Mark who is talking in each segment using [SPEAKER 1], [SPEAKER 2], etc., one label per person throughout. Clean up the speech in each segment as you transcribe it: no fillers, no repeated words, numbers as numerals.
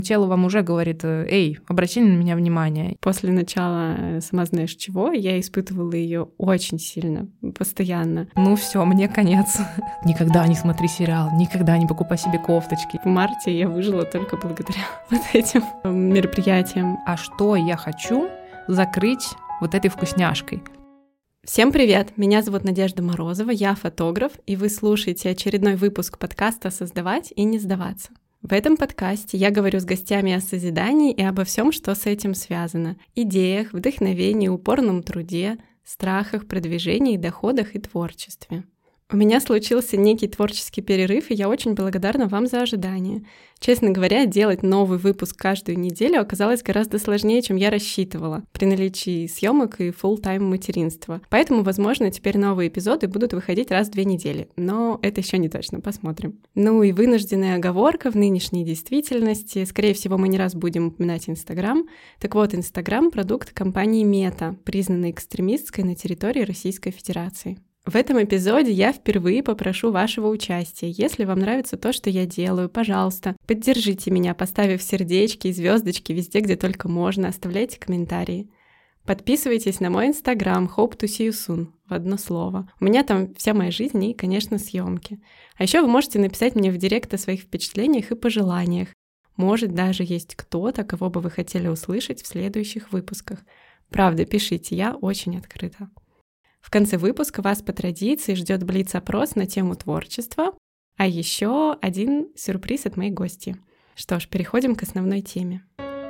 [SPEAKER 1] Тело вам уже говорит: эй, обрати на меня внимание.
[SPEAKER 2] После начала «Сама знаешь чего» я испытывала ее очень сильно, постоянно.
[SPEAKER 1] Ну все, мне конец. Никогда не смотри сериал, никогда не покупай себе кофточки.
[SPEAKER 2] В марте я выжила только благодаря вот этим мероприятиям.
[SPEAKER 1] А что я хочу закрыть вот этой вкусняшкой?
[SPEAKER 2] Всем привет! Меня зовут Надежда Морозова, я фотограф, и вы слушаете очередной выпуск подкаста «Создавать и не сдаваться». В этом подкасте я говорю с гостями о созидании и обо всем, что с этим связано. Идеях, вдохновении, упорном труде, страхах, продвижении, доходах и творчестве. У меня случился некий творческий перерыв, и я очень благодарна вам за ожидание. Честно говоря, делать новый выпуск каждую неделю оказалось гораздо сложнее, чем я рассчитывала, при наличии съемок и фулл-тайм материнства. Поэтому, возможно, теперь новые эпизоды будут выходить раз в 2 недели. Но это еще не точно, посмотрим. Ну и вынужденная оговорка в нынешней действительности. Скорее всего, мы не раз будем упоминать Инстаграм. Так вот, Инстаграм — продукт компании Мета, признанной экстремистской на территории Российской Федерации. В этом эпизоде я впервые попрошу вашего участия. Если вам нравится то, что я делаю, пожалуйста, поддержите меня, поставив сердечки и звездочки везде, где только можно, оставляйте комментарии. Подписывайтесь на мой инстаграм hope to see you soon, в одно слово. У меня там вся моя жизнь и, конечно, съемки. А еще вы можете написать мне в директ о своих впечатлениях и пожеланиях. Может, даже есть кто-то, кого бы вы хотели услышать в следующих выпусках. Правда, пишите, я очень открыта. В конце выпуска вас по традиции ждет блиц-опрос на тему творчества, а еще один сюрприз от моей гости. Что ж, переходим к основной теме.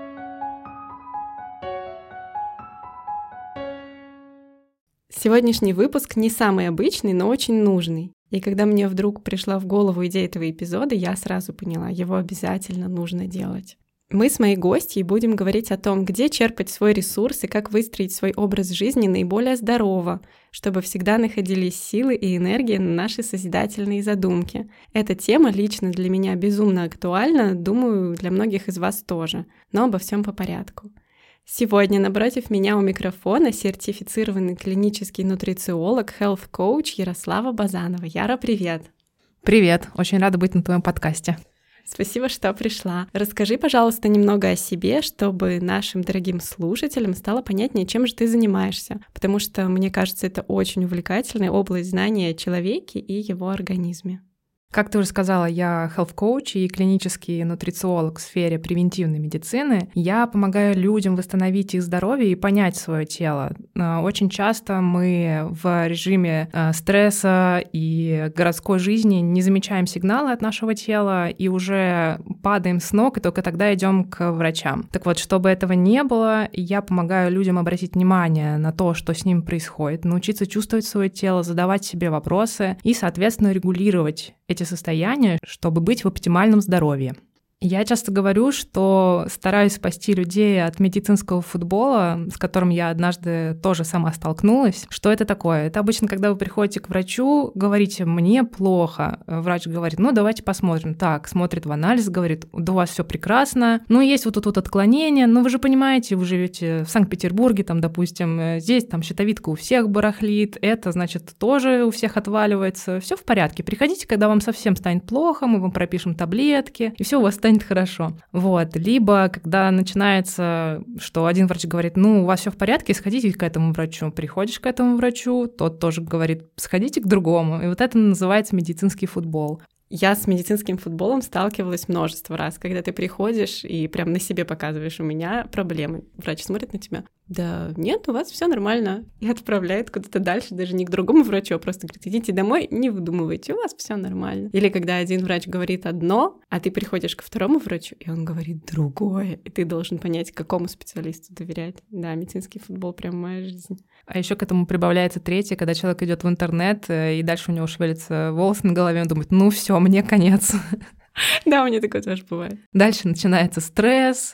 [SPEAKER 2] Сегодняшний выпуск не самый обычный, но очень нужный. И когда мне вдруг пришла в голову идея этого эпизода, я сразу поняла, его обязательно нужно делать. Мы с моей гостьей будем говорить о том, где черпать свой ресурс и как выстроить свой образ жизни наиболее здорово, чтобы всегда находились силы и энергия на наши созидательные задумки. Эта тема лично для меня безумно актуальна, думаю, для многих из вас тоже, но обо всем по порядку. Сегодня напротив меня у микрофона сертифицированный клинический нутрициолог, health coach Ярослава Базанова. Яра, привет!
[SPEAKER 1] Привет, очень рада быть на твоем подкасте.
[SPEAKER 2] Спасибо, что пришла. Расскажи, пожалуйста, немного о себе, чтобы нашим дорогим слушателям стало понятнее, чем же ты занимаешься, потому что, мне кажется, это очень увлекательная область знания о человеке и его организме.
[SPEAKER 1] Как ты уже сказала, я health-коуч и клинический нутрициолог в сфере превентивной медицины. Я помогаю людям восстановить их здоровье и понять свое тело. Очень часто мы в режиме стресса и городской жизни не замечаем сигналы от нашего тела и уже падаем с ног, и только тогда идем к врачам. Так вот, чтобы этого не было, я помогаю людям обратить внимание на то, что с ним происходит, научиться чувствовать свое тело, задавать себе вопросы и, соответственно, регулировать эти состояния, чтобы быть в оптимальном здоровье. Я часто говорю, что стараюсь спасти людей от медицинского футбола, с которым я однажды тоже сама столкнулась. Что это такое? Это обычно, когда вы приходите к врачу, говорите: «Мне плохо». Врач говорит: «Ну, давайте посмотрим». Так, смотрит в анализ, говорит: «Да у вас все прекрасно. Ну, есть вот тут отклонение. Но вы же понимаете, вы живете в Санкт-Петербурге, там, допустим, здесь там щитовидка у всех барахлит, это, значит, тоже у всех отваливается. Все в порядке. Приходите, когда вам совсем станет плохо, мы вам пропишем таблетки, и все у вас станет хорошо». Вот. Либо когда начинается, что один врач говорит: «Ну, у вас все в порядке, сходите к этому врачу». Приходишь к этому врачу, тот тоже говорит: «Сходите к другому». И вот это называется медицинский футбол.
[SPEAKER 2] Я с медицинским футболом сталкивалась множество раз, когда ты приходишь и прям на себе показываешь: «У меня проблемы». Врач смотрит на тебя: «Да нет, у вас все нормально», и отправляет куда-то дальше, даже не к другому врачу, а просто говорит: «Идите домой, не выдумывайте, у вас все нормально». Или когда один врач говорит одно, а ты приходишь ко второму врачу, и он говорит другое, и ты должен понять, какому специалисту доверять. Да, медицинский футбол прям моя жизнь.
[SPEAKER 1] А еще к этому прибавляется третье, когда человек идет в интернет, и дальше у него шевелятся волосы на голове, он думает: «Ну все, мне конец».
[SPEAKER 2] Да, у меня такое тоже бывает.
[SPEAKER 1] Дальше начинается стресс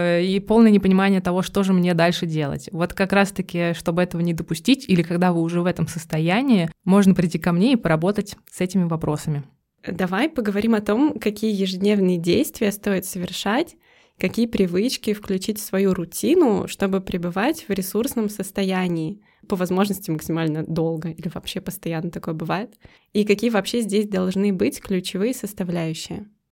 [SPEAKER 1] и полное непонимание того, что же мне дальше делать. Вот как раз-таки, чтобы этого не допустить, или когда вы уже в этом состоянии, можно прийти ко мне и поработать с этими вопросами.
[SPEAKER 2] Давай поговорим о том, какие ежедневные действия стоит совершать, какие привычки включить в свою рутину, чтобы пребывать в ресурсном состоянии, по возможности максимально долго или вообще постоянно такое бывает, и какие вообще здесь должны быть ключевые составляющие.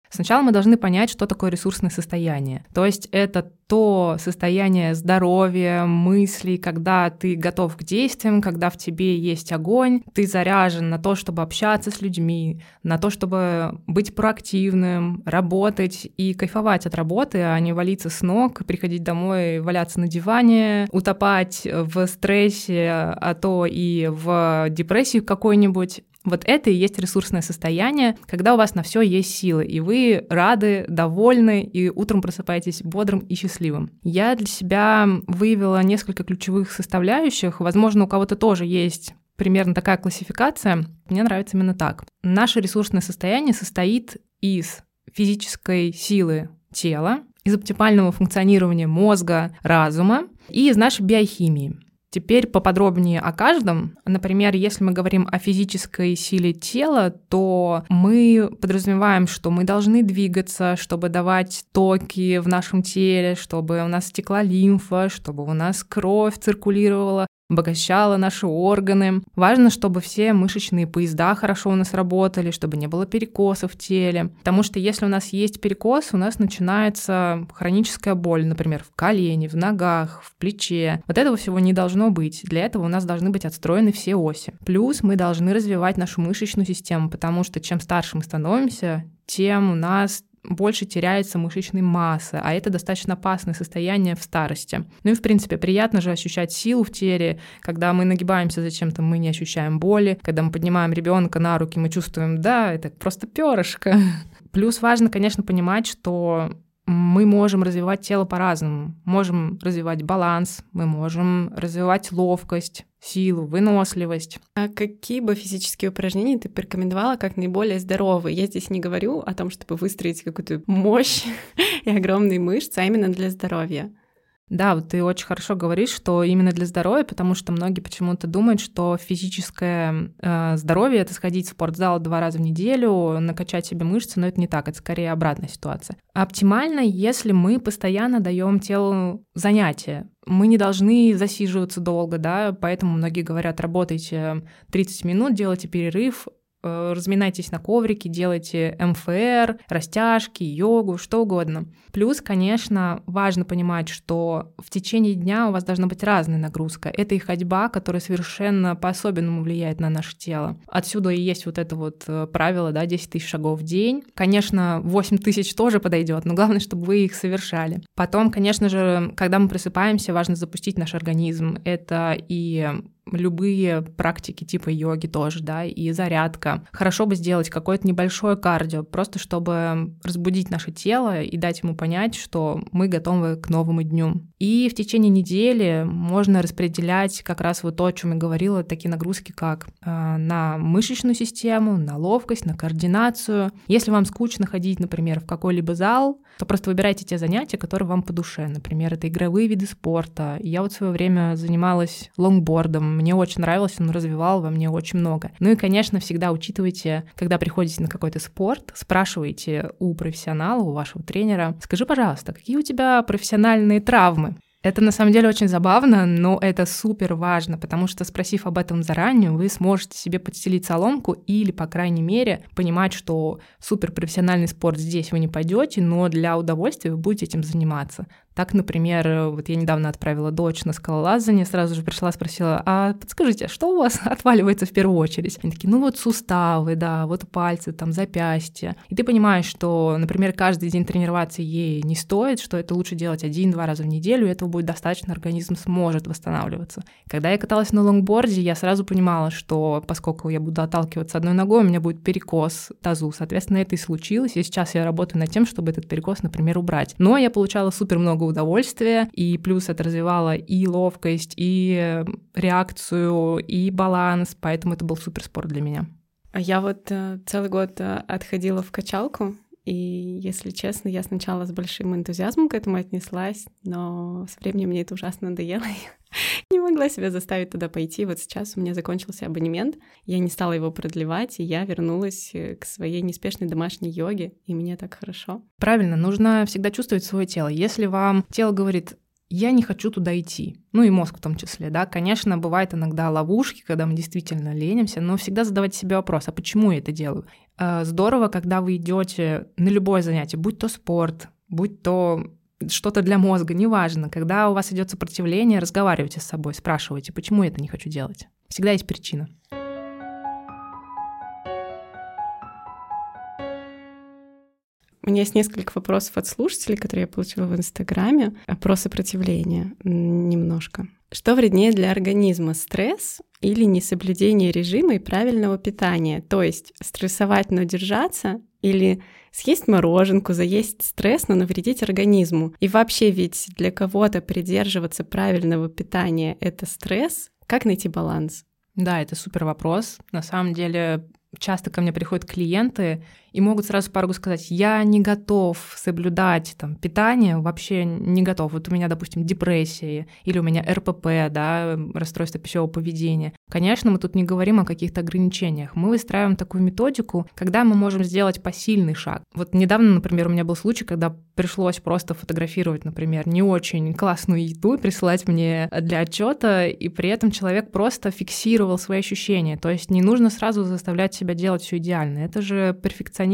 [SPEAKER 1] Сначала мы должны понять, что такое ресурсное состояние. То есть это то состояние здоровья, мыслей, когда ты готов к действиям, когда в тебе есть огонь, ты заряжен на то, чтобы общаться с людьми, на то, чтобы быть проактивным, работать и кайфовать от работы, а не валиться с ног, приходить домой, валяться на диване, утопать в стрессе, а то и в депрессии какой-нибудь. Вот это и есть ресурсное состояние, когда у вас на все есть силы, и вы рады, довольны, и утром просыпаетесь бодрым и счастливым. Я для себя выявила несколько ключевых составляющих. Возможно, у кого-то тоже есть примерно такая классификация. Мне нравится именно так. Наше ресурсное состояние состоит из физической силы тела, из оптимального функционирования мозга, разума и из нашей биохимии. Теперь поподробнее о каждом. Например, если мы говорим о физической силе тела, то мы подразумеваем, что мы должны двигаться, чтобы давать токи в нашем теле, чтобы у нас текла лимфа, чтобы у нас кровь циркулировала, обогащала наши органы. Важно, чтобы все мышечные поезда хорошо у нас работали, чтобы не было перекосов в теле. Потому что если у нас есть перекос, у нас начинается хроническая боль, например, в колене, в ногах, в плече. Вот этого всего не должно быть. Для этого у нас должны быть отстроены все оси. Плюс мы должны развивать нашу мышечную систему, потому что чем старше мы становимся, тем у нас больше теряется мышечной массы, а это достаточно опасное состояние в старости. Ну и, в принципе, приятно же ощущать силу в теле, когда мы нагибаемся за чем-то, мы не ощущаем боли, когда мы поднимаем ребенка на руки, мы чувствуем, да, это просто перышко. Плюс важно, конечно, понимать, что мы можем развивать тело по-разному. Можем развивать баланс, мы можем развивать ловкость, силу, выносливость.
[SPEAKER 2] А какие бы физические упражнения ты порекомендовала как наиболее здоровые? Я здесь не говорю о том, чтобы выстроить какую-то мощь и огромные мышцы, а именно для здоровья.
[SPEAKER 1] Да, вот ты очень хорошо говоришь, что именно для здоровья, потому что многие почему-то думают, что физическое здоровье — это сходить в спортзал 2 раза в неделю, накачать себе мышцы, но это не так, это скорее обратная ситуация. Оптимально, если мы постоянно даем телу занятия. Мы не должны засиживаться долго, да, поэтому многие говорят, работайте 30 минут, делайте перерыв, разминайтесь на коврике, делайте МФР, растяжки, йогу, что угодно. Плюс, конечно, важно понимать, что в течение дня у вас должна быть разная нагрузка. Это и ходьба, которая совершенно по-особенному влияет на наше тело. Отсюда и есть вот это вот правило, да, 10 тысяч шагов в день. Конечно, 8 тысяч тоже подойдет, но главное, чтобы вы их совершали. Потом, конечно же, когда мы просыпаемся, важно запустить наш организм. Это и любые практики типа йоги тоже, да, и зарядка. Хорошо бы сделать какое-то небольшое кардио, просто чтобы разбудить наше тело и дать ему понять, что мы готовы к новому дню. И в течение недели можно распределять как раз вот то, о чем я говорила, такие нагрузки, как на мышечную систему, на ловкость, на координацию. Если вам скучно ходить, например, в какой-либо зал, то просто выбирайте те занятия, которые вам по душе. Например, это игровые виды спорта. Я вот в свое время занималась лонгбордом. Мне очень нравилось, он развивал во мне очень много. Ну и, конечно, всегда учитывайте, когда приходите на какой-то спорт, спрашивайте у профессионала, у вашего тренера, скажи, пожалуйста, какие у тебя профессиональные травмы? Это на самом деле очень забавно, но это супер важно, потому что, спросив об этом заранее, вы сможете себе подстелить соломку или, по крайней мере, понимать, что суперпрофессиональный спорт здесь вы не пойдете, но для удовольствия вы будете этим заниматься. Так, например, вот я недавно отправила дочь на скалолазание, сразу же пришла, спросила, а подскажите, что у вас отваливается в первую очередь? Они такие, ну вот суставы, да, вот пальцы, там, запястья. И ты понимаешь, что, например, каждый день тренироваться ей не стоит, что это лучше делать 1-2 раза в неделю, и этого будет достаточно, организм сможет восстанавливаться. Когда я каталась на лонгборде, я сразу понимала, что поскольку я буду отталкиваться одной ногой, у меня будет перекос тазу. Соответственно, это и случилось, и сейчас я работаю над тем, чтобы этот перекос, например, убрать. Но я получала супер много удовольствия, и плюс это развивало и ловкость, и реакцию, и баланс, поэтому это был суперспорт для меня.
[SPEAKER 2] Я вот целый год отходила в качалку, и, если честно, я сначала с большим энтузиазмом к этому отнеслась, но со временем мне это ужасно надоело. Не могла себя заставить туда пойти. Вот сейчас у меня закончился абонемент, я не стала его продлевать, и я вернулась к своей неспешной домашней йоге, и мне так хорошо.
[SPEAKER 1] Правильно, нужно всегда чувствовать свое тело. Если вам тело говорит, я не хочу туда идти, ну и мозг в том числе, да, конечно, бывает иногда ловушки, когда мы действительно ленимся, но всегда задавайте себе вопрос, а почему я это делаю? Здорово, когда вы идете на любое занятие, будь то спорт, будь то что-то для мозга, неважно. Когда у вас идет сопротивление, разговаривайте с собой, спрашивайте, почему я это не хочу делать. Всегда есть причина.
[SPEAKER 2] У меня есть несколько вопросов от слушателей, которые я получила в Инстаграме, про сопротивление немножко. Что вреднее для организма, стресс или несоблюдение режима и правильного питания? То есть стрессовать, но держаться, или съесть мороженку, заесть стресс, но навредить организму? И вообще ведь для кого-то придерживаться правильного питания — это стресс. Как найти баланс?
[SPEAKER 1] Да, это супер вопрос. На самом деле часто ко мне приходят клиенты и могут сразу по порогу сказать: я не готов соблюдать питание, вообще не готов. Вот у меня, допустим, депрессия, или у меня РПП, да, расстройство пищевого поведения. Конечно, мы тут не говорим о каких-то ограничениях. Мы выстраиваем такую методику, когда мы можем сделать посильный шаг. Вот недавно, например, у меня был случай, когда пришлось просто фотографировать, например, не очень классную еду, присылать мне для отчета, и при этом человек просто фиксировал свои ощущения. То есть не нужно сразу заставлять себя делать все идеально. Это же перфекционизм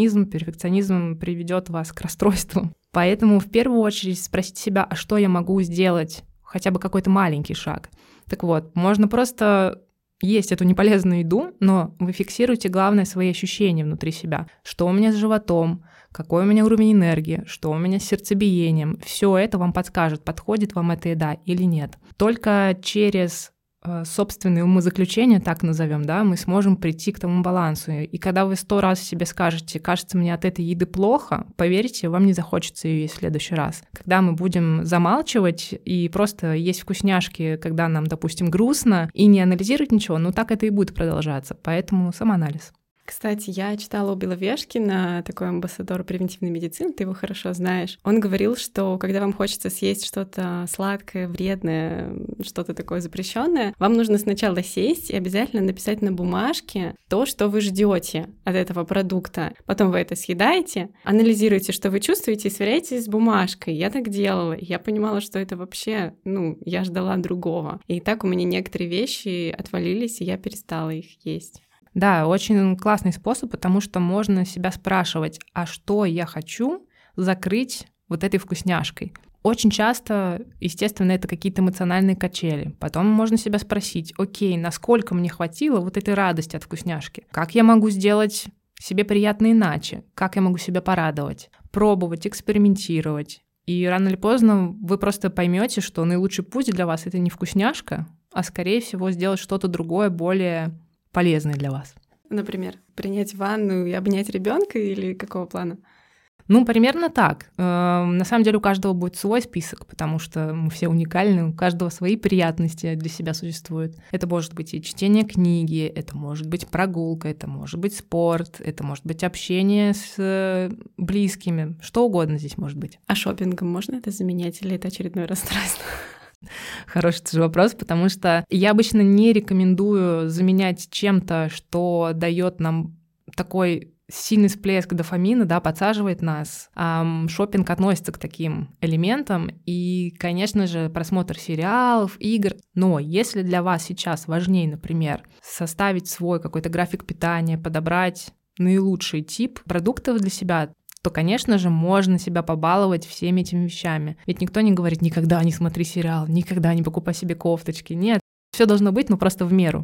[SPEAKER 1] приведет вас к расстройству. Поэтому в первую очередь спросите себя, а что я могу сделать, хотя бы какой-то маленький шаг. Так вот, можно просто есть эту неполезную еду, но вы фиксируете, главное, свои ощущения внутри себя. Что у меня с животом, какой у меня уровень энергии, что у меня с сердцебиением. Все это вам подскажет, подходит вам эта еда или нет. Только через собственные умозаключения, так назовем, да, мы сможем прийти к тому балансу. И когда вы 100 раз себе скажете: кажется, мне от этой еды плохо, поверьте, вам не захочется ее есть в следующий раз. Когда мы будем замалчивать и просто есть вкусняшки, когда нам, допустим, грустно, и не анализировать ничего, так это и будет продолжаться. Поэтому самоанализ.
[SPEAKER 2] Кстати, я читала у Беловешкина, такой амбассадор превентивной медицины, ты его хорошо знаешь. Он говорил, что когда вам хочется съесть что-то сладкое, вредное, что-то такое запрещенное, вам нужно сначала сесть и обязательно написать на бумажке то, что вы ждете от этого продукта. Потом вы это съедаете, анализируете, что вы чувствуете, и сверяетесь с бумажкой. Я так делала, и я понимала, что это вообще, я ждала другого. И так у меня некоторые вещи отвалились, и я перестала их есть.
[SPEAKER 1] Да, очень классный способ, потому что можно себя спрашивать, а что я хочу закрыть вот этой вкусняшкой. Очень часто, естественно, это какие-то эмоциональные качели. Потом можно себя спросить: окей, насколько мне хватило вот этой радости от вкусняшки? Как я могу сделать себе приятно иначе? Как я могу себя порадовать? Пробовать, экспериментировать. И рано или поздно вы просто поймете, что наилучший путь для вас — это не вкусняшка, а, скорее всего, сделать что-то другое, более полезный для вас.
[SPEAKER 2] Например, принять ванну и обнять ребенка или какого плана?
[SPEAKER 1] Примерно так. На самом деле у каждого будет свой список, потому что мы все уникальны, у каждого свои приятности для себя существуют. Это может быть и чтение книги, это может быть прогулка, это может быть спорт, это может быть общение с близкими, что угодно здесь может быть.
[SPEAKER 2] А шопингом можно это заменять или это очередное расстройство?
[SPEAKER 1] Хороший тоже вопрос, потому что я обычно не рекомендую заменять чем-то, что дает нам такой сильный всплеск дофамина, да, подсаживает нас. Шопинг относится к таким элементам, и, конечно же, просмотр сериалов, игр. Но если для вас сейчас важнее, например, составить свой какой-то график питания, подобрать наилучший тип продуктов для себя, то, конечно же, можно себя побаловать всеми этими вещами. Ведь никто не говорит: никогда не смотри сериал, никогда не покупай себе кофточки. Нет, все должно быть, но просто в меру.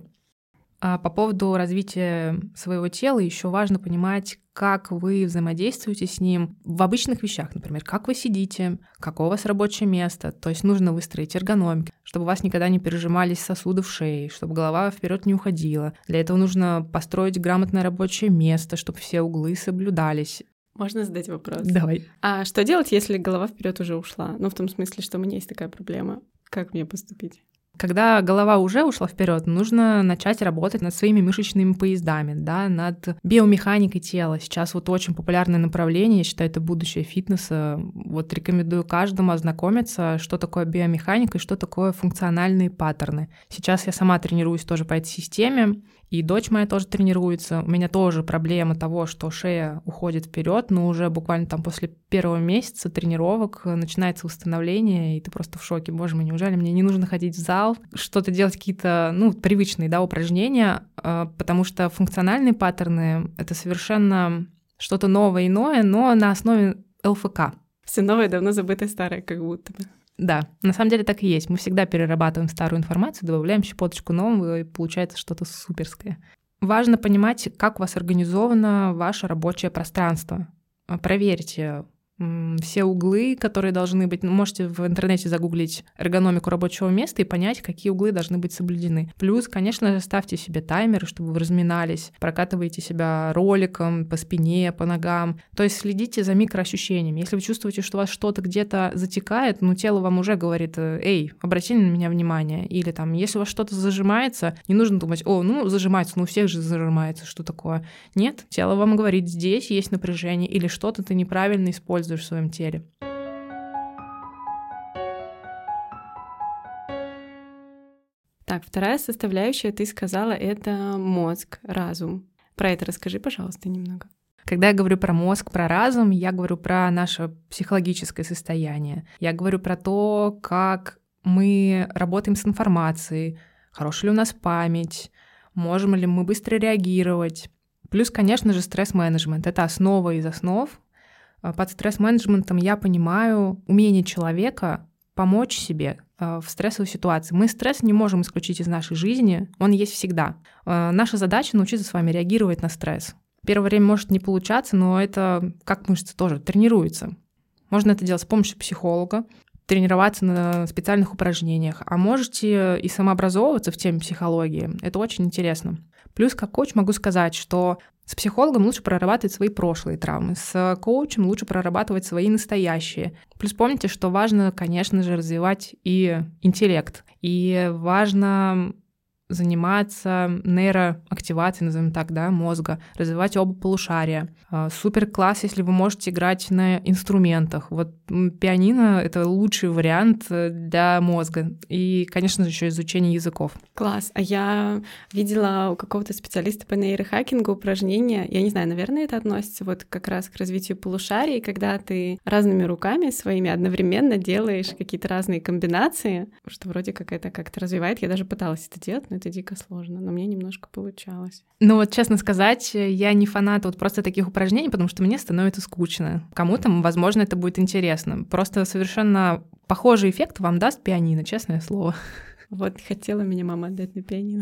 [SPEAKER 1] А по поводу развития своего тела еще важно понимать, как вы взаимодействуете с ним в обычных вещах. Например, как вы сидите, какое у вас рабочее место. То есть нужно выстроить эргономику, чтобы у вас никогда не пережимались сосуды в шее, чтобы голова вперед не уходила. Для этого нужно построить грамотное рабочее место, чтобы все углы соблюдались.
[SPEAKER 2] Можно задать вопрос?
[SPEAKER 1] Давай.
[SPEAKER 2] А что делать, если голова вперед уже ушла? В том смысле, что у меня есть такая проблема. Как мне поступить?
[SPEAKER 1] Когда голова уже ушла вперед, нужно начать работать над своими мышечными поездами, да, над биомеханикой тела. Сейчас очень популярное направление, я считаю, это будущее фитнеса. Рекомендую каждому ознакомиться, что такое биомеханика и что такое функциональные паттерны. Сейчас я сама тренируюсь тоже по этой системе, и дочь моя тоже тренируется. У меня тоже проблема того, что шея уходит вперед, но уже буквально после первого месяца тренировок начинается восстановление, и ты просто в шоке. Боже мой, неужели мне не нужно ходить в зал? зал, что-то делать, какие-то, привычные, упражнения, потому что функциональные паттерны — это совершенно что-то новое, иное, но на основе ЛФК.
[SPEAKER 2] Все новое давно забытое старое, как будто бы.
[SPEAKER 1] Да, на самом деле так и есть. Мы всегда перерабатываем старую информацию, добавляем щепоточку нового, и получается что-то суперское. Важно понимать, как у вас организовано ваше рабочее пространство. Проверьте все углы, которые должны быть. Можете в интернете загуглить эргономику рабочего места и понять, какие углы должны быть соблюдены. Плюс, конечно же, ставьте себе таймеры, чтобы вы разминались, прокатывайте себя роликом по спине, по ногам. То есть следите за микроощущениями. Если вы чувствуете, что у вас что-то где-то затекает, тело вам уже говорит: «Эй, обрати на меня внимание». Или если у вас что-то зажимается, не нужно думать: зажимается, у всех же зажимается, что такое. Нет, тело вам говорит: здесь есть напряжение или что-то ты неправильно используешь в своем теле.
[SPEAKER 2] Так, вторая составляющая, ты сказала, это мозг, разум. Про это расскажи, пожалуйста, немного.
[SPEAKER 1] Когда я говорю про мозг, про разум, я говорю про наше психологическое состояние. Я говорю про то, как мы работаем с информацией, хорошая ли у нас память, можем ли мы быстро реагировать. Плюс, конечно же, стресс-менеджмент. Это основа из основ. Под стресс-менеджментом я понимаю умение человека помочь себе в стрессовой ситуации. Мы стресс не можем исключить из нашей жизни, он есть всегда. Наша задача — научиться с вами реагировать на стресс. Первое время может не получаться, но это, как мышцы, тоже тренируется. Можно это делать с помощью психолога, тренироваться на специальных упражнениях, а можете и самообразовываться в теме психологии. Это очень интересно. Плюс, как коуч, могу сказать, что с психологом лучше прорабатывать свои прошлые травмы, с коучем лучше прорабатывать свои настоящие. Плюс помните, что важно, конечно же, развивать и интеллект, и важно заниматься нейроактивацией, назовем так, мозга, развивать оба полушария. Супер класс, если вы можете играть на инструментах. Вот пианино — это лучший вариант для мозга. И, конечно же, еще изучение языков.
[SPEAKER 2] Класс. А я видела у какого-то специалиста по нейрохакингу упражнения, я не знаю, наверное, это относится вот как раз к развитию полушарий, когда ты разными руками своими одновременно делаешь какие-то разные комбинации, что вроде как это как-то развивает. Я даже пыталась это делать, но это дико сложно, но мне немножко получалось.
[SPEAKER 1] Честно сказать, я не фанат просто таких упражнений, потому что мне становится скучно. Кому-то, возможно, это будет интересно. Просто совершенно похожий эффект вам даст пианино, честное слово.
[SPEAKER 2] Вот хотела меня мама отдать на пианино.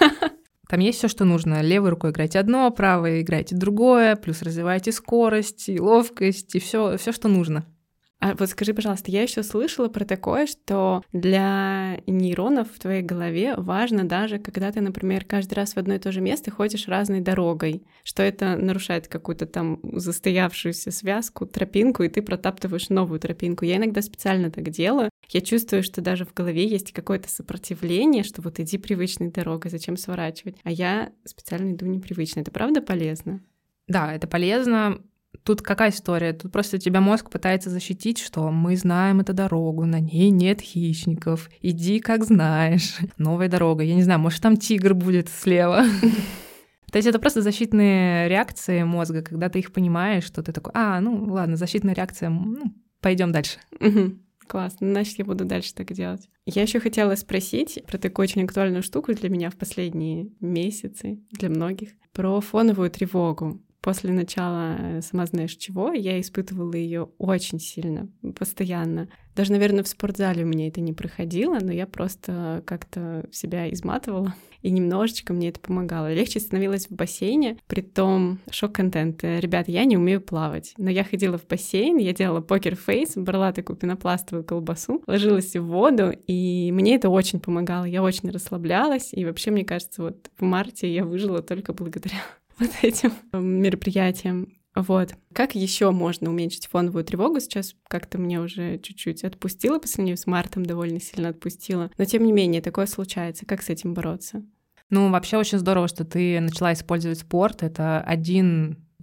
[SPEAKER 1] Там есть все, что нужно. Левой рукой играйте одно, правой играйте другое, плюс развивайте скорость и ловкость, и все, что нужно.
[SPEAKER 2] А вот скажи, пожалуйста, я еще слышала про такое, что для нейронов в твоей голове важно даже, когда ты, например, каждый раз в одно и то же место ходишь разной дорогой, что это нарушает какую-то там застоявшуюся связку, тропинку, и ты протаптываешь новую тропинку. Я иногда специально так делаю. Я чувствую, что даже в голове есть какое-то сопротивление, что вот иди привычной дорогой, зачем сворачивать? А я специально иду непривычно. Это правда полезно?
[SPEAKER 1] Да, это полезно. Тут какая история? Тут просто тебя мозг пытается защитить, что мы знаем эту дорогу, на ней нет хищников, иди как знаешь. Новая дорога, я не знаю, может там тигр будет слева. То есть это просто защитные реакции мозга, когда ты их понимаешь, что ты такой: ладно, защитная реакция, пойдем дальше.
[SPEAKER 2] Классно, значит, я буду дальше так делать. Я еще хотела спросить про такую очень актуальную штуку для меня в последние месяцы, для многих, про фоновую тревогу. После начала сама знаешь чего, я испытывала ее очень сильно, постоянно. Даже, наверное, в спортзале у меня это не проходило, но я просто как-то себя изматывала, и немножечко мне это помогало. Легче становилось в бассейне, притом шок-контент. Ребята, я не умею плавать, но я ходила в бассейн, я делала покер-фейс, брала такую пенопластовую колбасу, ложилась в воду, и мне это очень помогало. Я очень расслаблялась, и вообще, мне кажется, вот в марте я выжила только благодаря вот этим мероприятиям. Вот. Как еще можно уменьшить фоновую тревогу? Сейчас как-то меня уже чуть-чуть отпустило по сравнению с мартом, довольно сильно отпустило. Но тем не менее, такое случается. Как с этим бороться?
[SPEAKER 1] Вообще очень здорово, что ты начала использовать спорт. Это один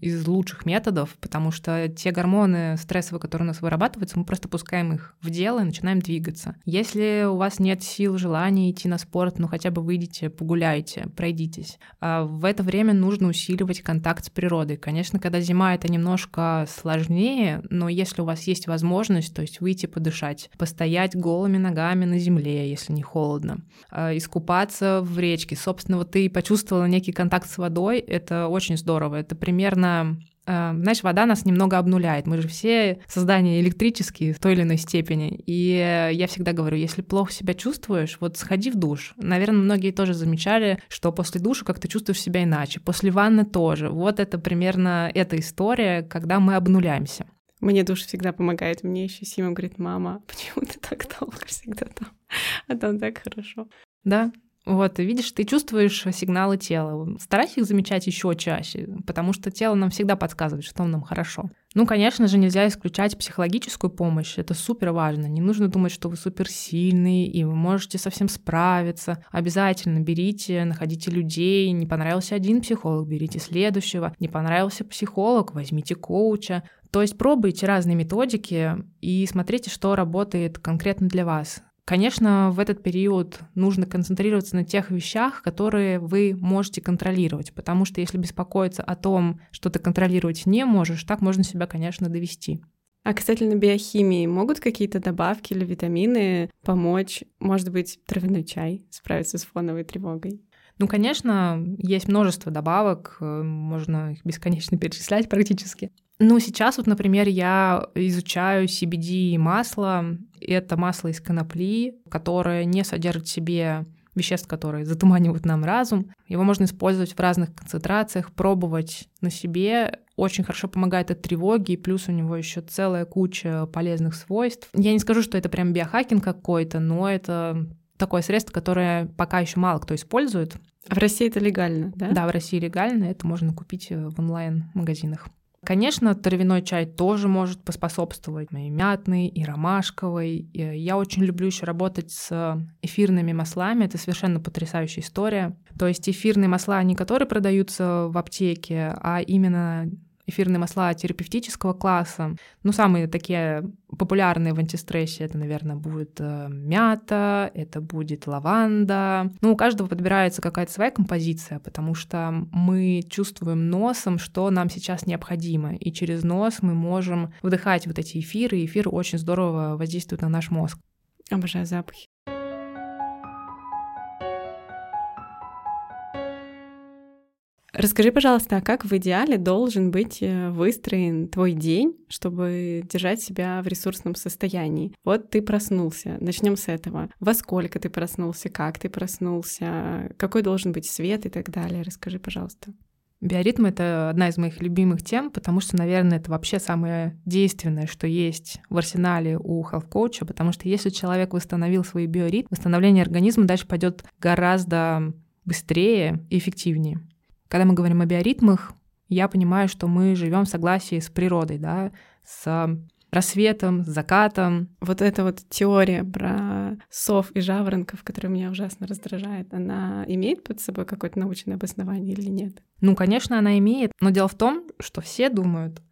[SPEAKER 1] из лучших методов, потому что те гормоны стрессовые, которые у нас вырабатываются, мы просто пускаем их в дело и начинаем двигаться. Если у вас нет сил, желания идти на спорт, ну хотя бы выйдите, погуляйте, пройдитесь. А в это время нужно усиливать контакт с природой. Конечно, когда зима, это немножко сложнее, но если у вас есть возможность, то есть выйти подышать, постоять голыми ногами на земле, если не холодно, искупаться в речке. Собственно, вот ты почувствовала некий контакт с водой, это очень здорово. Это примерно... Знаешь, вода нас немного обнуляет. Мы же все создания электрические в той или иной степени. И я всегда говорю, если плохо себя чувствуешь, вот сходи в душ. Наверное, многие тоже замечали, что после душа как-то чувствуешь себя иначе. После ванны тоже. Вот это примерно эта история, когда мы обнуляемся.
[SPEAKER 2] Мне душ всегда помогает. Мне еще Сима говорит: мама, почему ты так долго всегда там? А там так хорошо.
[SPEAKER 1] Да. Вот, и видишь, ты чувствуешь сигналы тела. Старайся их замечать еще чаще, потому что тело нам всегда подсказывает, что нам хорошо. Ну, конечно же, нельзя исключать психологическую помощь. Это супер важно. Не нужно думать, что вы суперсильный и вы можете совсем справиться. Обязательно берите, находите людей. Не понравился один психолог, берите следующего. Не понравился психолог, возьмите коуча. То есть пробуйте разные методики и смотрите, что работает конкретно для вас. Конечно, в этот период нужно концентрироваться на тех вещах, которые вы можете контролировать, потому что если беспокоиться о том, что ты контролировать не можешь, так можно себя, конечно, довести.
[SPEAKER 2] А касательно биохимии, могут какие-то добавки или витамины помочь, может быть, травяной чай справиться с фоновой тревогой?
[SPEAKER 1] Ну, конечно, есть множество добавок, можно их бесконечно перечислять практически. Ну, сейчас вот, например, я изучаю CBD-масло. Это масло из конопли, которое не содержит в себе веществ, которые затуманивают нам разум. Его можно использовать в разных концентрациях, пробовать на себе. Очень хорошо помогает от тревоги, и плюс у него еще целая куча полезных свойств. Я не скажу, что это прям биохакинг какой-то, но это такое средство, которое пока еще мало кто использует.
[SPEAKER 2] В России это легально, да?
[SPEAKER 1] Да, в России легально, это можно купить в онлайн-магазинах. Конечно, травяной чай тоже может поспособствовать, и мятный, и ромашковый. Я очень люблю еще работать с эфирными маслами, это совершенно потрясающая история. То есть эфирные масла, не которые продаются в аптеке, а именно эфирные масла терапевтического класса. Ну, самые такие популярные в антистрессе, это, наверное, будет мята, это будет лаванда. Ну, у каждого подбирается какая-то своя композиция, потому что мы чувствуем носом, что нам сейчас необходимо, и через нос мы можем вдыхать вот эти эфиры, и эфир очень здорово воздействует на наш мозг.
[SPEAKER 2] Обожаю запахи. Расскажи, пожалуйста, а как в идеале должен быть выстроен твой день, чтобы держать себя в ресурсном состоянии? Вот ты проснулся, начнем с этого. Во сколько ты проснулся, как ты проснулся, какой должен быть свет и так далее? Расскажи, пожалуйста.
[SPEAKER 1] Биоритм — это одна из моих любимых тем, потому что, наверное, это вообще самое действенное, что есть в арсенале у health-коуча, потому что если человек восстановил свой биоритм, восстановление организма дальше пойдет гораздо быстрее и эффективнее. Когда мы говорим о биоритмах, я понимаю, что мы живем в согласии с природой, да, с рассветом, с закатом.
[SPEAKER 2] Вот эта вот теория про сов и жаворонков, которая меня ужасно раздражает, она имеет под собой какое-то научное обоснование или нет?
[SPEAKER 1] Ну, конечно, она имеет, но дело в том, что все думают,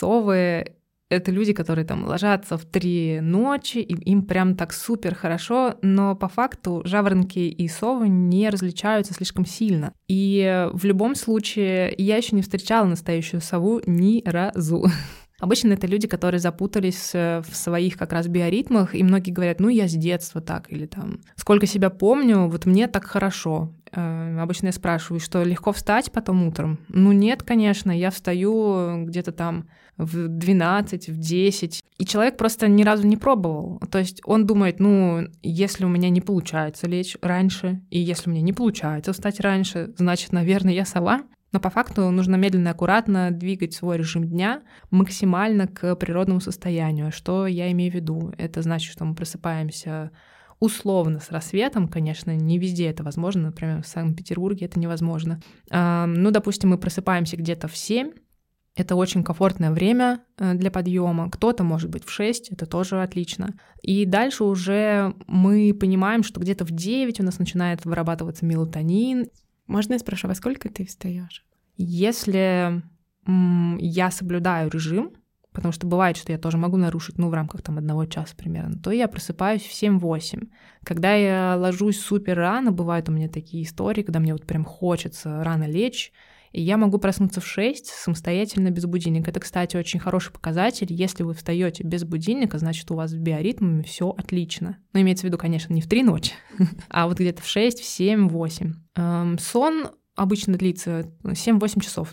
[SPEAKER 1] совы — это люди, которые там ложатся в 3 ночи, и им прям так супер хорошо, но по факту жаворонки и совы не различаются слишком сильно. И в любом случае я еще не встречала настоящую сову ни разу. Обычно это люди, которые запутались в своих как раз биоритмах, и многие говорят, ну, я с детства так, или там, сколько себя помню, вот мне так хорошо. Обычно я спрашиваю, что легко встать потом утром? Ну, нет, конечно, я встаю где-то там в 12, в 10, и человек просто ни разу не пробовал. То есть он думает, ну, если у меня не получается лечь раньше, и если у меня не получается встать раньше, значит, наверное, я сова. Но по факту нужно медленно и аккуратно двигать свой режим дня максимально к природному состоянию. Что я имею в виду? Это значит, что мы просыпаемся условно с рассветом, конечно, не везде это возможно, например, в Санкт-Петербурге это невозможно. Ну, допустим, мы просыпаемся где-то в 7, это очень комфортное время для подъема. Кто-то, может быть, в 6, это тоже отлично. И дальше уже мы понимаем, что где-то в 9 у нас начинает вырабатываться мелатонин.
[SPEAKER 2] Можно я спрошу, во сколько ты встаешь?
[SPEAKER 1] Если я соблюдаю режим, потому что бывает, что я тоже могу нарушить, в рамках 1 часа примерно, то я просыпаюсь в 7-8. Когда я ложусь супер рано, бывают у меня такие истории, когда мне вот прям хочется рано лечь, и я могу проснуться в 6 самостоятельно без будильника. Это, кстати, очень хороший показатель. Если вы встаете без будильника, значит, у вас с биоритмами все отлично. Но имеется в виду, конечно, не в 3 ночи, а вот где-то в 6, в 7, 8. Сон обычно длится 7-8 часов.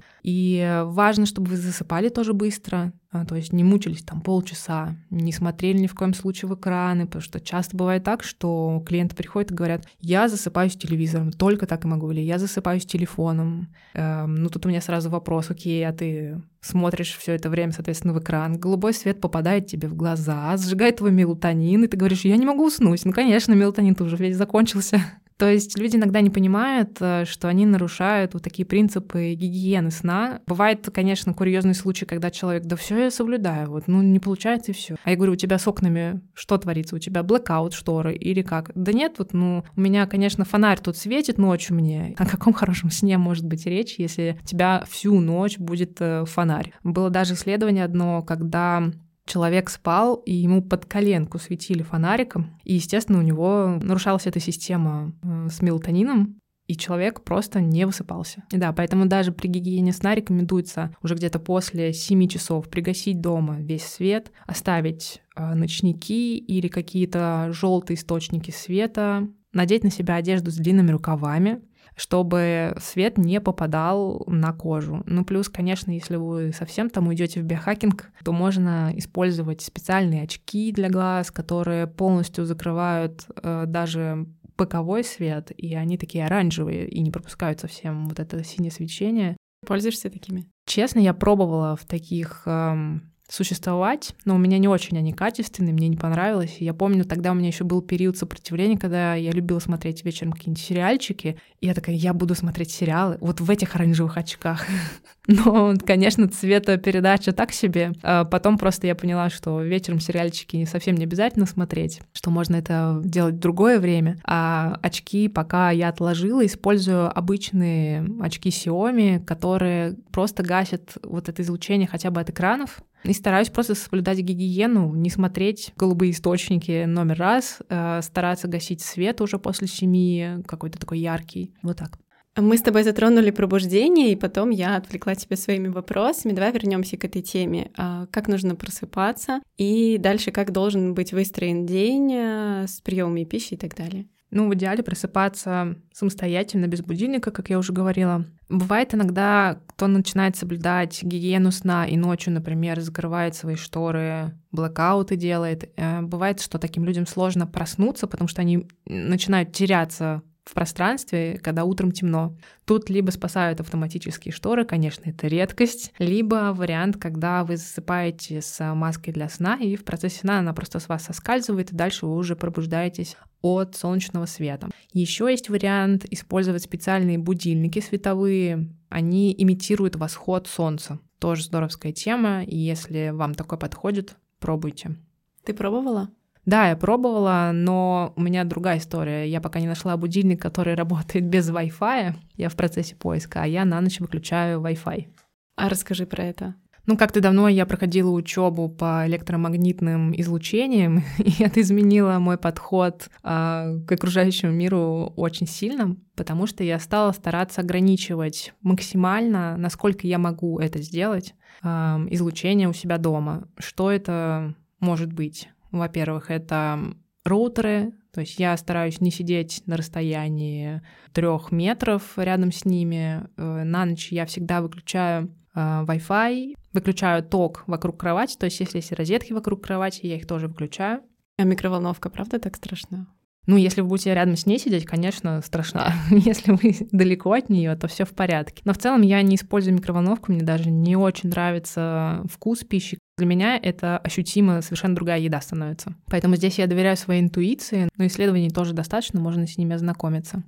[SPEAKER 1] И важно, чтобы вы засыпали тоже быстро, то есть не мучились там полчаса, не смотрели ни в коем случае в экраны, потому что часто бывает так, что клиенты приходят и говорят: я засыпаю с телевизором, только так и могу, или я засыпаю с телефоном. Тут у меня сразу вопрос: окей, а ты смотришь все это время, соответственно, в экран, голубой свет попадает тебе в глаза, сжигает твой мелатонин, и ты говоришь: я не могу уснуть. Конечно, мелатонин-то уже весь закончился. То есть люди иногда не понимают, что они нарушают вот такие принципы гигиены сна. Бывает, конечно, курьезный случай, когда человек: да все я соблюдаю, не получается и все. А я говорю: у тебя с окнами что творится? У тебя блэкаут шторы или как? Да нет, у меня, конечно, фонарь тут светит ночью мне. О каком хорошем сне может быть речь, если у тебя всю ночь будет фонарь? Было даже исследование одно, когда человек спал, и ему под коленку светили фонариком, и, естественно, у него нарушалась эта система с мелатонином, и человек просто не высыпался. И да, поэтому даже при гигиене сна рекомендуется уже где-то после 7 часов пригасить дома весь свет, оставить ночники или какие-то желтые источники света, надеть на себя одежду с длинными рукавами, чтобы свет не попадал на кожу. Плюс, конечно, если вы совсем там уйдете в биохакинг, то можно использовать специальные очки для глаз, которые полностью закрывают даже боковой свет, и они такие оранжевые и не пропускают совсем вот это синее свечение.
[SPEAKER 2] Пользуешься такими?
[SPEAKER 1] Честно, я пробовала в таких существовать, но у меня не очень они качественные, мне не понравилось. Я помню, тогда у меня еще был период сопротивления, когда я любила смотреть вечером какие-нибудь сериальчики, и я такая: я буду смотреть сериалы вот в этих оранжевых очках. Но, конечно, цветопередача так себе. Потом просто я поняла, что вечером сериальчики совсем не обязательно смотреть, что можно это делать в другое время. А очки пока я отложила, использую обычные очки Xiaomi, которые просто гасят вот это излучение хотя бы от экранов. И стараюсь просто соблюдать гигиену, не смотреть голубые источники номер раз, стараться гасить свет уже после 7, какой-то такой яркий. Вот так.
[SPEAKER 2] Мы с тобой затронули пробуждение, и потом я отвлекла тебя своими вопросами. Давай вернемся к этой теме. Как нужно просыпаться, и дальше как должен быть выстроен день с приемами пищи и так далее.
[SPEAKER 1] В идеале просыпаться самостоятельно, без будильника, как я уже говорила. Бывает иногда, кто начинает соблюдать гигиену сна и ночью, например, закрывает свои шторы, блэкауты делает. Бывает, что таким людям сложно проснуться, потому что они начинают теряться в пространстве, когда утром темно. Тут либо спасают автоматические шторы, конечно, это редкость, либо вариант, когда вы засыпаете с маской для сна, и в процессе сна она просто с вас соскальзывает, и дальше вы уже пробуждаетесь от солнечного света. Еще есть вариант использовать специальные будильники световые. Они имитируют восход солнца. Тоже здоровская тема, и если вам такое подходит, пробуйте.
[SPEAKER 2] Ты пробовала?
[SPEAKER 1] Да, я пробовала, но у меня другая история. Я пока не нашла будильник, который работает без Wi-Fi. Я в процессе поиска, а я на ночь выключаю Wi-Fi.
[SPEAKER 2] А расскажи про это.
[SPEAKER 1] Как-то давно я проходила учебу по электромагнитным излучениям, и это изменило мой подход к окружающему миру очень сильно, потому что я стала стараться ограничивать максимально, насколько я могу это сделать, излучение у себя дома. Что это может быть? Во-первых, это роутеры, то есть я стараюсь не сидеть на расстоянии 3 метров рядом с ними. На ночь я всегда выключаю Wi-Fi, выключаю ток вокруг кровати, то есть если есть розетки вокруг кровати, я их тоже выключаю.
[SPEAKER 2] А микроволновка, правда, так страшна?
[SPEAKER 1] Если вы будете рядом с ней сидеть, конечно, страшно. Если вы далеко от нее, то все в порядке. Но в целом я не использую микроволновку, мне даже не очень нравится вкус пищи. Для меня это ощутимо совершенно другая еда становится. Поэтому здесь я доверяю своей интуиции, но исследований тоже достаточно, можно с ними ознакомиться.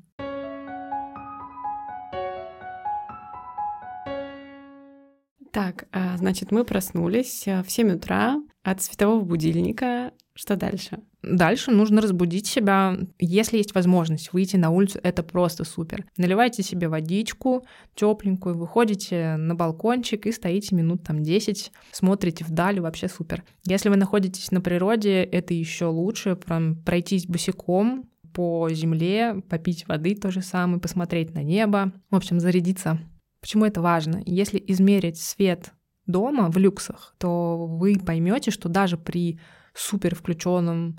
[SPEAKER 2] Так, значит, мы проснулись в 7 утра от светового будильника. Что дальше?
[SPEAKER 1] Дальше нужно разбудить себя. Если есть возможность выйти на улицу, это просто супер. Наливайте себе водичку тепленькую, выходите на балкончик и стоите минут 10, смотрите вдаль, вообще супер. Если вы находитесь на природе, это еще лучше, прям пройтись босиком по земле, попить воды то же самое, посмотреть на небо, в общем, зарядиться. Почему это важно? Если измерить свет дома в люксах, то вы поймете, что даже при супер включенном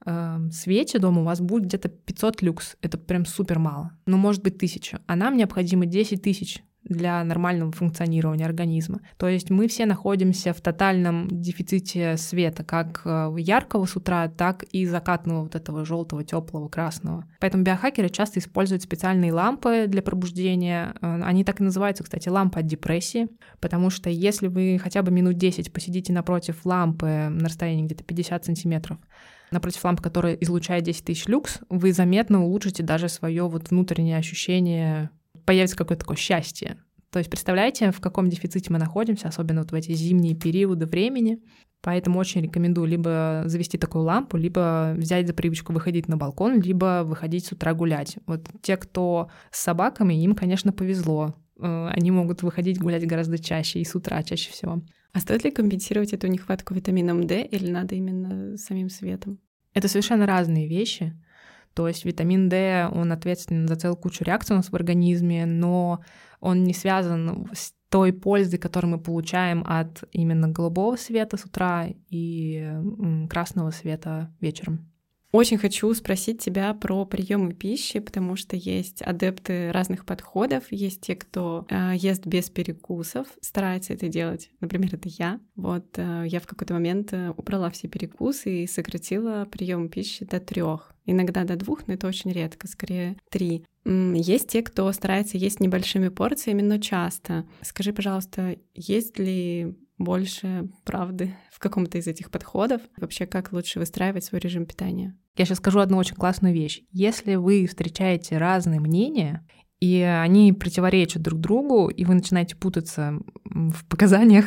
[SPEAKER 1] свете дома у вас будет где-то 500 люкс. Это прям супер мало. Но может быть 1000. А нам необходимо 10 тысяч для нормального функционирования организма. То есть мы все находимся в тотальном дефиците света, как яркого с утра, так и закатного вот этого желтого, теплого, красного. Поэтому биохакеры часто используют специальные лампы для пробуждения. Они так и называются, кстати, лампы от депрессии, потому что если вы хотя бы минут 10 посидите напротив лампы на расстоянии где-то 50 сантиметров, напротив лампы, которая излучает 10 тысяч люкс, вы заметно улучшите даже свое вот внутреннее ощущение, появится какое-то такое счастье. То есть представляете, в каком дефиците мы находимся, особенно вот в эти зимние периоды времени. Поэтому очень рекомендую либо завести такую лампу, либо взять за привычку выходить на балкон, либо выходить с утра гулять. Вот те, кто с собаками, им, конечно, повезло. Они могут выходить гулять гораздо чаще и с утра чаще всего.
[SPEAKER 2] А стоит ли компенсировать эту нехватку витамином D или надо именно самим светом?
[SPEAKER 1] Это совершенно разные вещи. То есть витамин D, он ответственен за целую кучу реакций у нас в организме, но он не связан с той пользой, которую мы получаем от именно голубого света с утра и красного света вечером.
[SPEAKER 2] Очень хочу спросить тебя про приемы пищи, потому что есть адепты разных подходов, есть те, кто ест без перекусов, старается это делать. Например, это я. Вот я в какой-то момент убрала все перекусы и сократила прием пищи до 3. Иногда до 2, но это очень редко, скорее 3. Есть те, кто старается есть небольшими порциями, но часто. Скажи, пожалуйста, есть ли больше правды в каком-то из этих подходов? Вообще, как лучше выстраивать свой режим питания?
[SPEAKER 1] Я сейчас скажу одну очень классную вещь. Если вы встречаете разные мнения, и они противоречат друг другу, и вы начинаете путаться в показаниях,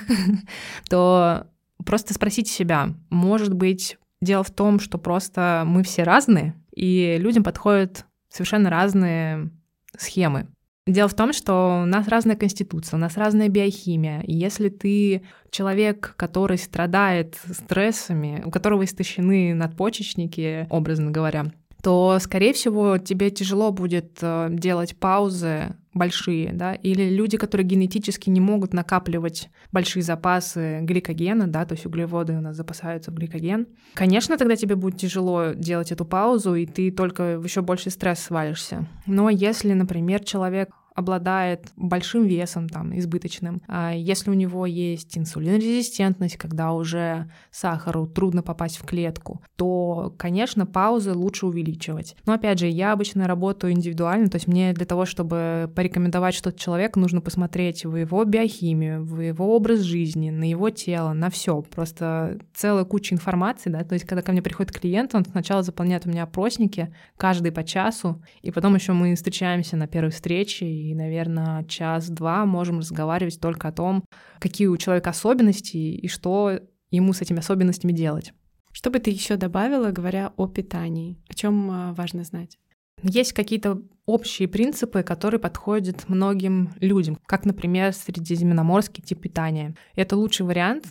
[SPEAKER 1] то просто спросите себя, может быть, дело в том, что просто мы все разные, и людям подходят совершенно разные схемы. Дело в том, что у нас разная конституция, у нас разная биохимия. И если ты человек, который страдает стрессами, у которого истощены надпочечники, образно говоря, то, скорее всего, тебе тяжело будет делать паузы большие, да, или люди, которые генетически не могут накапливать большие запасы гликогена, да, то есть углеводы у нас запасаются в гликоген. Конечно, тогда тебе будет тяжело делать эту паузу, и ты только в еще больший стресс свалишься. Но если, например, человек обладает большим весом, там, избыточным, если у него есть инсулинорезистентность, когда уже сахару трудно попасть в клетку, то, конечно, паузы лучше увеличивать. Но, опять же, я обычно работаю индивидуально, то есть мне для того, чтобы порекомендовать что-то человеку, нужно посмотреть в его биохимию, в его образ жизни, на его тело, на все. Просто целая куча информации, да, то есть когда ко мне приходит клиент, он сначала заполняет у меня опросники, каждый по часу, и потом еще мы встречаемся на первой встрече, и, наверное, 1-2 можем разговаривать только о том, какие у человека особенности и что ему с этими особенностями делать.
[SPEAKER 2] Что бы ты еще добавила, говоря о питании? О чем важно знать?
[SPEAKER 1] Есть какие-то общие принципы, которые подходят многим людям, как, например, средиземноморский тип питания. Это лучший вариант,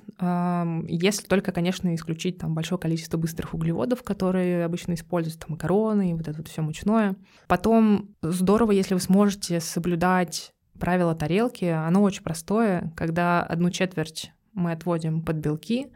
[SPEAKER 1] если только, конечно, исключить там большое количество быстрых углеводов, которые обычно используют, там макароны и вот это вот все мучное. Потом здорово, если вы сможете соблюдать правила тарелки. Оно очень простое, когда 1/4 мы отводим под белки,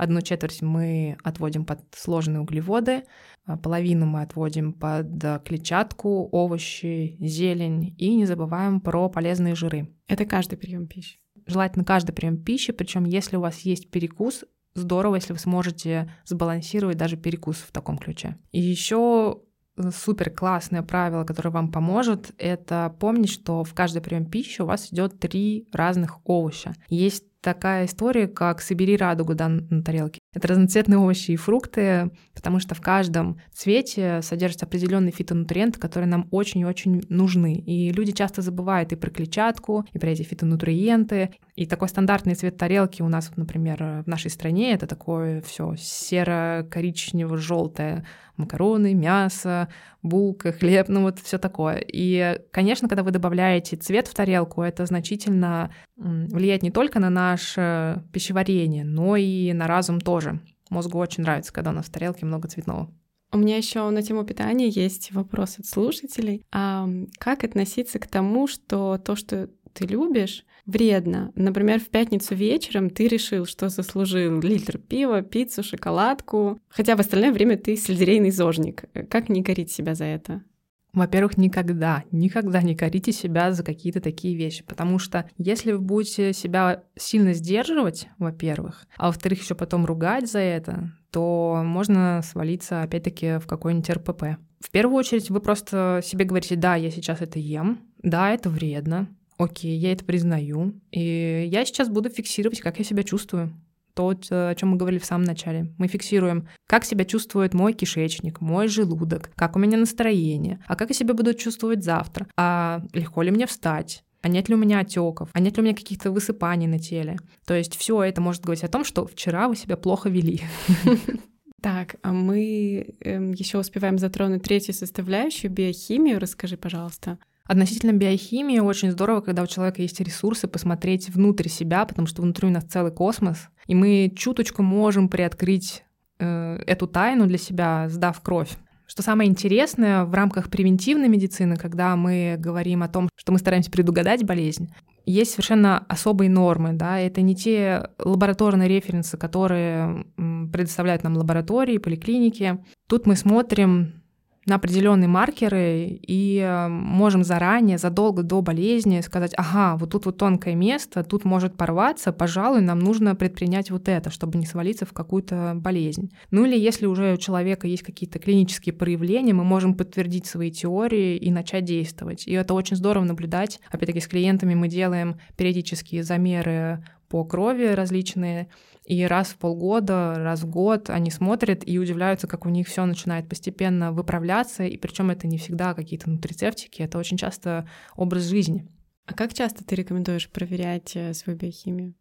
[SPEAKER 1] 1/4 мы отводим под сложные углеводы, половину мы отводим под клетчатку, овощи, зелень, и не забываем про полезные жиры.
[SPEAKER 2] Это каждый прием пищи?
[SPEAKER 1] Желательно каждый прием пищи, причем если у вас есть перекус, здорово, если вы сможете сбалансировать даже перекус в таком ключе. И еще супер классное правило, которое вам поможет, это помнить, что в каждый прием пищи у вас идет 3 разных овоща. Есть такая история, как «собери радугу», да, на тарелке. Это разноцветные овощи и фрукты, потому что в каждом цвете содержатся определенные фитонутриенты, которые нам очень и очень нужны. И люди часто забывают и про клетчатку, и про эти фитонутриенты. И такой стандартный цвет тарелки у нас, например, в нашей стране — это такое все серо-коричнево-желтое. Макароны, мясо, булка, хлеб, ну вот все такое. И, конечно, когда вы добавляете цвет в тарелку, это значительно влияет не только на наше пищеварение, но и на разум тоже. Мозгу очень нравится, когда у нас в тарелке много цветного.
[SPEAKER 2] У меня еще на тему питания есть вопрос от слушателей. Как относиться к тому, что то, что ты любишь, вредно? Например, в пятницу вечером ты решил, что заслужил литр пива, пиццу, шоколадку, хотя в остальное время ты сельдерейный зожник. Как не корить себя за это?
[SPEAKER 1] Во-первых, никогда не корите себя за какие-то такие вещи, потому что если вы будете себя сильно сдерживать, во-первых, а во-вторых, еще потом ругать за это, то можно свалиться опять-таки в какой-нибудь РПП. В первую очередь вы просто себе говорите: да, я сейчас это ем, да, это вредно, окей, я это признаю, и я сейчас буду фиксировать, как я себя чувствую. То, о чем мы говорили в самом начале. Мы фиксируем, как себя чувствует мой кишечник, мой желудок, как у меня настроение, а как я себя буду чувствовать завтра, а легко ли мне встать, а нет ли у меня отеков, а нет ли у меня каких-то высыпаний на теле. То есть все это может говорить о том, что вчера вы себя плохо вели.
[SPEAKER 2] Так, а мы еще успеваем затронуть третью составляющую — биохимию. Расскажи, пожалуйста.
[SPEAKER 1] Относительно биохимии очень здорово, когда у человека есть ресурсы, посмотреть внутрь себя, потому что внутри у нас целый космос, и мы чуточку можем приоткрыть эту тайну для себя, сдав кровь. Что самое интересное, в рамках превентивной медицины, когда мы говорим о том, что мы стараемся предугадать болезнь, есть совершенно особые нормы, да, это не те лабораторные референсы, которые предоставляют нам лаборатории, поликлиники. Тут мы смотрим на определенные маркеры и можем заранее, задолго до болезни сказать: ага, вот тут вот тонкое место, тут может порваться, пожалуй, нам нужно предпринять вот это, чтобы не свалиться в какую-то болезнь. Ну или если уже у человека есть какие-то клинические проявления, мы можем подтвердить свои теории и начать действовать. И это очень здорово наблюдать. Опять-таки с клиентами мы делаем периодические замеры по крови различные, и раз в полгода, раз в год они смотрят и удивляются, как у них все начинает постепенно выправляться, и причем это не всегда какие-то нутрицептики, это очень часто образ жизни.
[SPEAKER 2] А как часто ты рекомендуешь проверять свою биохимию?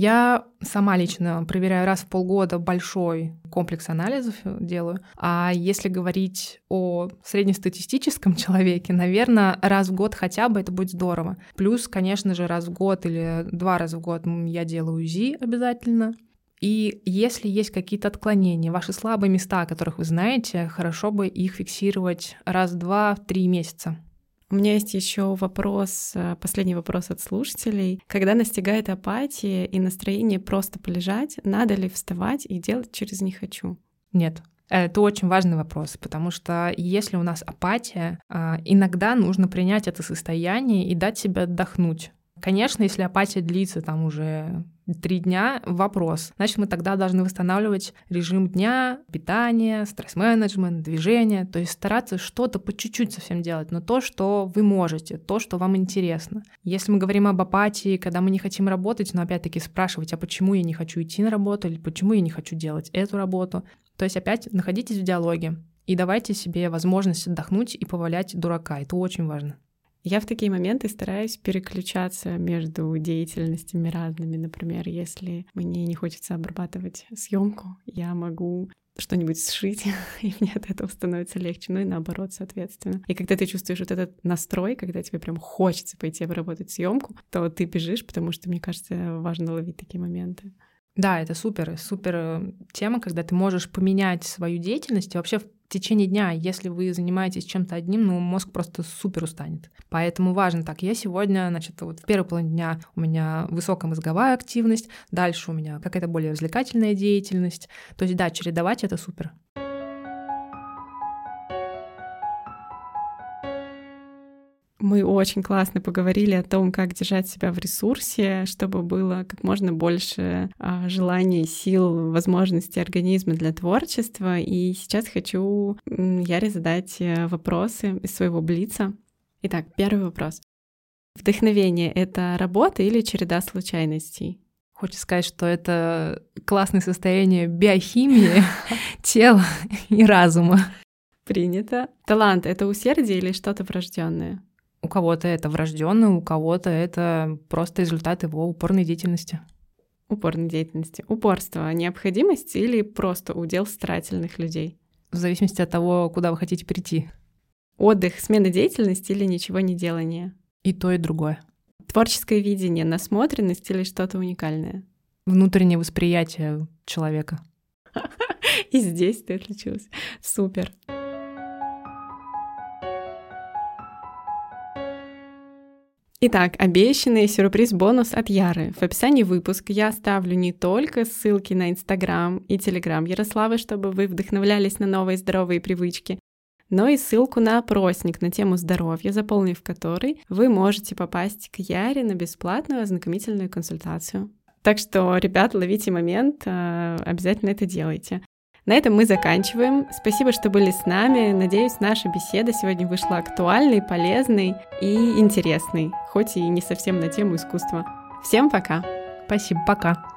[SPEAKER 1] Я сама лично проверяю раз в полгода, большой комплекс анализов делаю. А если говорить о среднестатистическом человеке, наверное, раз в год хотя бы это будет здорово. Плюс, конечно же, раз в год или 2 раза в год я делаю УЗИ обязательно. И если есть какие-то отклонения, ваши слабые места, о которых вы знаете, хорошо бы их фиксировать раз в 2-3 месяца.
[SPEAKER 2] У меня есть еще вопрос, последний вопрос от слушателей. Когда настигает апатия и настроение просто полежать, надо ли вставать и делать через «не хочу»?
[SPEAKER 1] Нет. Это очень важный вопрос, потому что если у нас апатия, иногда нужно принять это состояние и дать себе отдохнуть. Конечно, если апатия длится там уже 3 дня, вопрос. Значит, мы тогда должны восстанавливать режим дня, питание, стресс-менеджмент, движение, то есть стараться что-то по чуть-чуть совсем делать, но то, что вы можете, то, что вам интересно. Если мы говорим об апатии, когда мы не хотим работать, но опять-таки спрашивать, а почему я не хочу идти на работу или почему я не хочу делать эту работу, то есть опять находитесь в диалоге и давайте себе возможность отдохнуть и повалять дурака, это очень важно.
[SPEAKER 2] Я в такие моменты стараюсь переключаться между деятельностями разными. Например, если мне не хочется обрабатывать съемку, я могу что-нибудь сшить, и мне от этого становится легче. Ну и наоборот, соответственно. И когда ты чувствуешь вот этот настрой, когда тебе прям хочется пойти обработать съемку, то ты бежишь, потому что, мне кажется, важно ловить такие моменты.
[SPEAKER 1] Да, это супер тема, когда ты можешь поменять свою деятельность. И вообще в течение дня, если вы занимаетесь чем-то одним, мозг просто супер устанет. Поэтому важно так. Я сегодня, вот в первой половине дня у меня высокая мозговая активность, дальше у меня какая-то более развлекательная деятельность. То есть да, чередовать — это супер.
[SPEAKER 2] Мы очень классно поговорили о том, как держать себя в ресурсе, чтобы было как можно больше желаний, сил, возможностей организма для творчества. И сейчас хочу Яре задать вопросы из своего блица. Итак, первый вопрос. Вдохновение — это работа или череда случайностей?
[SPEAKER 1] Хочется сказать, что это классное состояние биохимии тела и разума.
[SPEAKER 2] Принято. Талант — это усердие или что-то врожденное?
[SPEAKER 1] У кого-то это врожденное, у кого-то это просто результат его упорной деятельности.
[SPEAKER 2] Упорной деятельности. Упорство — необходимость или просто удел старательных людей?
[SPEAKER 1] В зависимости от того, куда вы хотите прийти.
[SPEAKER 2] Отдых, смена деятельности или ничего не делание?
[SPEAKER 1] И то, и другое.
[SPEAKER 2] Творческое видение, насмотренность или что-то уникальное?
[SPEAKER 1] Внутреннее восприятие человека.
[SPEAKER 2] И здесь ты отличилась. Супер. Итак, обещанный сюрприз-бонус от Яры. В описании выпуска я оставлю не только ссылки на Инстаграм и Телеграм Ярославы, чтобы вы вдохновлялись на новые здоровые привычки, но и ссылку на опросник на тему здоровья, заполнив который вы можете попасть к Яре на бесплатную ознакомительную консультацию. Так что, ребят, ловите момент, обязательно это делайте. На этом мы заканчиваем. Спасибо, что были с нами. Надеюсь, наша беседа сегодня вышла актуальной, полезной и интересной, хоть и не совсем на тему искусства. Всем пока!
[SPEAKER 1] Спасибо, пока!